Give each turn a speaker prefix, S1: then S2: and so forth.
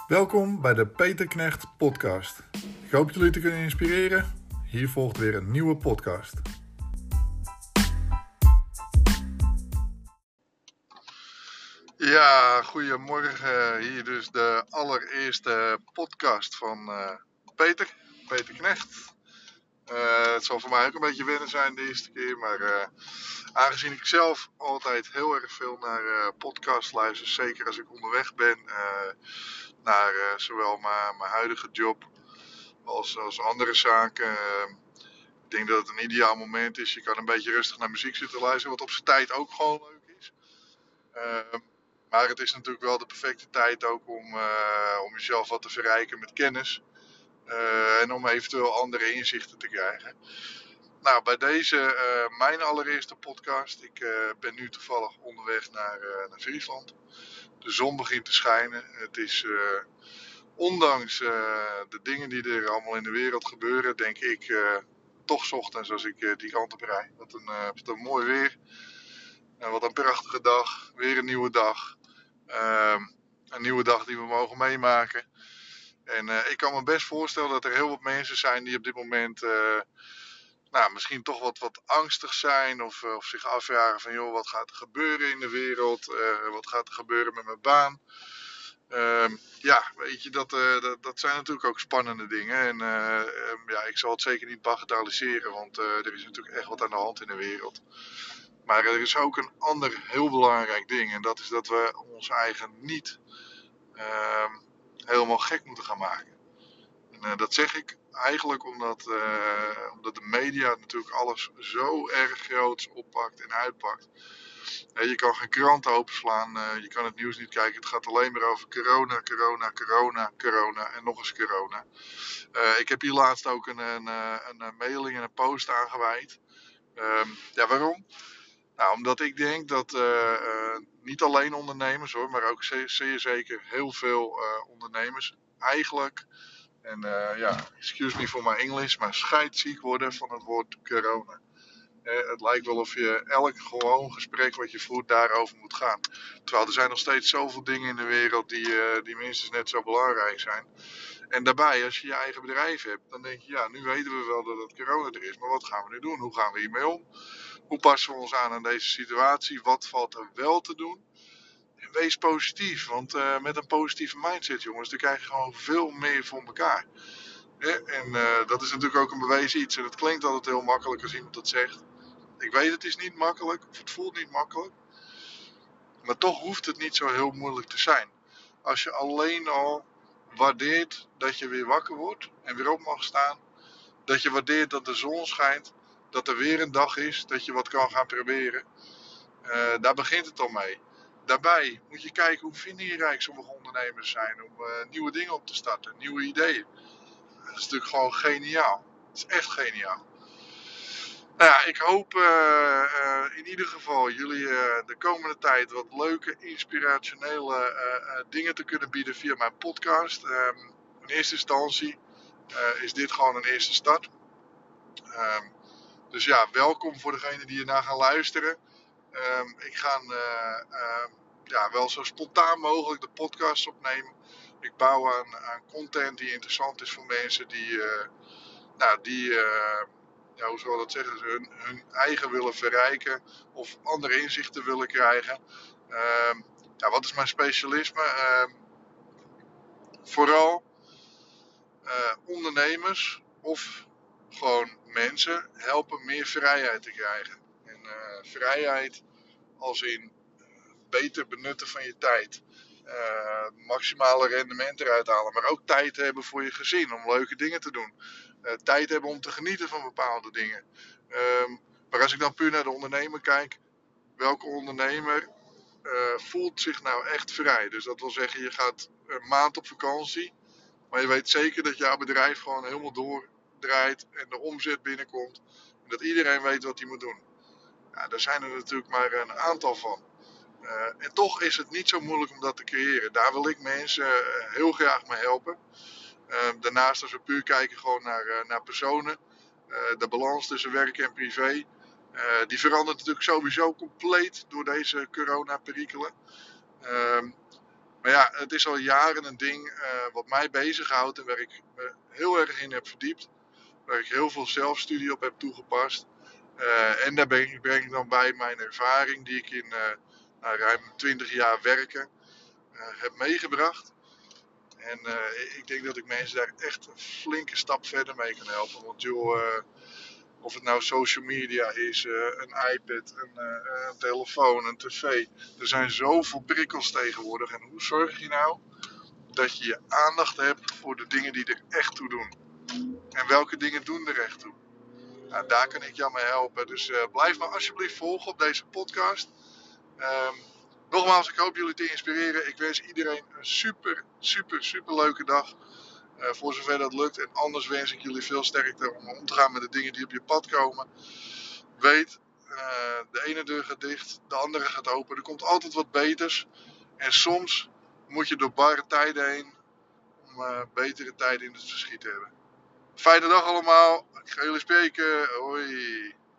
S1: Welkom bij de Peter Knecht podcast. Ik hoop jullie te kunnen inspireren. Hier volgt weer een nieuwe podcast. Ja, goedemorgen. Hier dus de allereerste podcast van Peter Knecht. Het zal voor mij ook een beetje wennen zijn de eerste keer, maar aangezien ik zelf altijd heel erg veel naar podcasts luister, zeker als ik onderweg ben naar zowel mijn huidige job als andere zaken. Ik denk dat het een ideaal moment is. Je kan een beetje rustig naar muziek zitten luisteren, wat op zijn tijd ook gewoon leuk is. Maar het is natuurlijk wel de perfecte tijd ook om jezelf wat te verrijken met kennis. En om eventueel andere inzichten te krijgen. Nou, bij deze mijn allereerste podcast. Ik ben nu toevallig onderweg naar Friesland. De zon begint te schijnen. Het is ondanks de dingen die er allemaal in de wereld gebeuren, denk ik toch 's ochtends als ik die kant op rijd. Wat een mooi weer. Wat een prachtige dag. Weer een nieuwe dag. Een nieuwe dag die we mogen meemaken. En ik kan me best voorstellen dat er heel wat mensen zijn die op dit moment misschien toch wat angstig zijn. Of zich afvragen van joh, wat gaat er gebeuren in de wereld? Wat gaat er gebeuren met mijn baan? Ja, weet je, dat zijn natuurlijk ook spannende dingen. En ik zal het zeker niet bagatelliseren, want er is natuurlijk echt wat aan de hand in de wereld. Maar er is ook een ander heel belangrijk ding. En dat is dat we ons eigen niet helemaal gek moeten gaan maken. En dat zeg ik eigenlijk omdat de media natuurlijk alles zo erg groots oppakt en uitpakt. Je kan geen krant openslaan, je kan het nieuws niet kijken. Het gaat alleen maar over corona en nog eens corona. Ik heb hier laatst ook een mailing en een post aangeweid. Waarom? Nou, omdat ik denk dat niet alleen ondernemers hoor, maar ook zeer zeker heel veel ondernemers eigenlijk, en excuse me for my English, maar scheidsziek worden van het woord corona. Het lijkt wel of je elk gewoon gesprek wat je voert daarover moet gaan. Terwijl er zijn nog steeds zoveel dingen in de wereld die minstens net zo belangrijk zijn. En daarbij, als je je eigen bedrijf hebt, dan denk je, ja, nu weten we wel dat het corona er is. Maar wat gaan we nu doen? Hoe gaan we hiermee om? Hoe passen we ons aan deze situatie? Wat valt er wel te doen? En wees positief, want met een positieve mindset, jongens, dan krijg je gewoon veel meer voor elkaar. En dat is natuurlijk ook een bewezen iets. En het klinkt altijd heel makkelijk als iemand dat zegt. Ik weet, het is niet makkelijk, of het voelt niet makkelijk. Maar toch hoeft het niet zo heel moeilijk te zijn. Als je alleen al waardeert dat je weer wakker wordt en weer op mag staan. Dat je waardeert dat de zon schijnt. Dat er weer een dag is dat je wat kan gaan proberen. Daar begint het al mee. Daarbij moet je kijken hoe vindingrijk sommige ondernemers zijn om nieuwe dingen op te starten, nieuwe ideeën. Dat is natuurlijk gewoon geniaal. Het is echt geniaal. Nou ja, ik hoop in ieder geval jullie de komende tijd wat leuke, inspirationele dingen te kunnen bieden via mijn podcast. In eerste instantie is dit gewoon een eerste start. Dus ja, welkom voor degenen die hiernaar gaan luisteren. Ik ga wel zo spontaan mogelijk de podcast opnemen. Ik bouw aan content die interessant is voor mensen die hoe zal ik dat zeggen, hun eigen willen verrijken of andere inzichten willen krijgen. Wat is mijn specialisme? Vooral ondernemers of gewoon mensen helpen meer vrijheid te krijgen. En vrijheid als in beter benutten van je tijd. Maximale rendement eruit halen. Maar ook tijd hebben voor je gezin om leuke dingen te doen. Tijd hebben om te genieten van bepaalde dingen. Maar als ik dan puur naar de ondernemer kijk. Welke ondernemer voelt zich nou echt vrij? Dus dat wil zeggen, je gaat een maand op vakantie. Maar je weet zeker dat jouw bedrijf gewoon helemaal doordraait. En de omzet binnenkomt. En dat iedereen weet wat hij moet doen. Ja, daar zijn er natuurlijk maar een aantal van. En toch is het niet zo moeilijk om dat te creëren. Daar wil ik mensen heel graag mee helpen. Daarnaast als we puur kijken gewoon naar personen. De balans tussen werk en privé. Die verandert natuurlijk sowieso compleet door deze coronaperikelen. Maar ja, het is al jaren een ding wat mij bezighoudt en waar ik me heel erg in heb verdiept. Waar ik heel veel zelfstudie op heb toegepast. En daar breng ik dan bij mijn ervaring die ik in ruim 20 jaar werken heb meegebracht. En ik denk dat ik mensen daar echt een flinke stap verder mee kan helpen. Want joh, of het nou social media is, een iPad, een telefoon, een tv. Er zijn zoveel prikkels tegenwoordig. En hoe zorg je nou dat je je aandacht hebt voor de dingen die er echt toe doen? En welke dingen doen er echt toe? Nou, daar kan ik jou mee helpen. Dus blijf me alsjeblieft volgen op deze podcast. Ehm, Nogmaals, ik hoop jullie te inspireren. Ik wens iedereen een super leuke dag. Voor zover dat lukt. En anders wens ik jullie veel sterkte om te gaan met de dingen die op je pad komen. Weet, de ene deur gaat dicht, de andere gaat open. Er komt altijd wat beters. En soms moet je door barre tijden heen om betere tijden in het verschiet te hebben. Fijne dag allemaal. Ik ga jullie spreken. Hoi.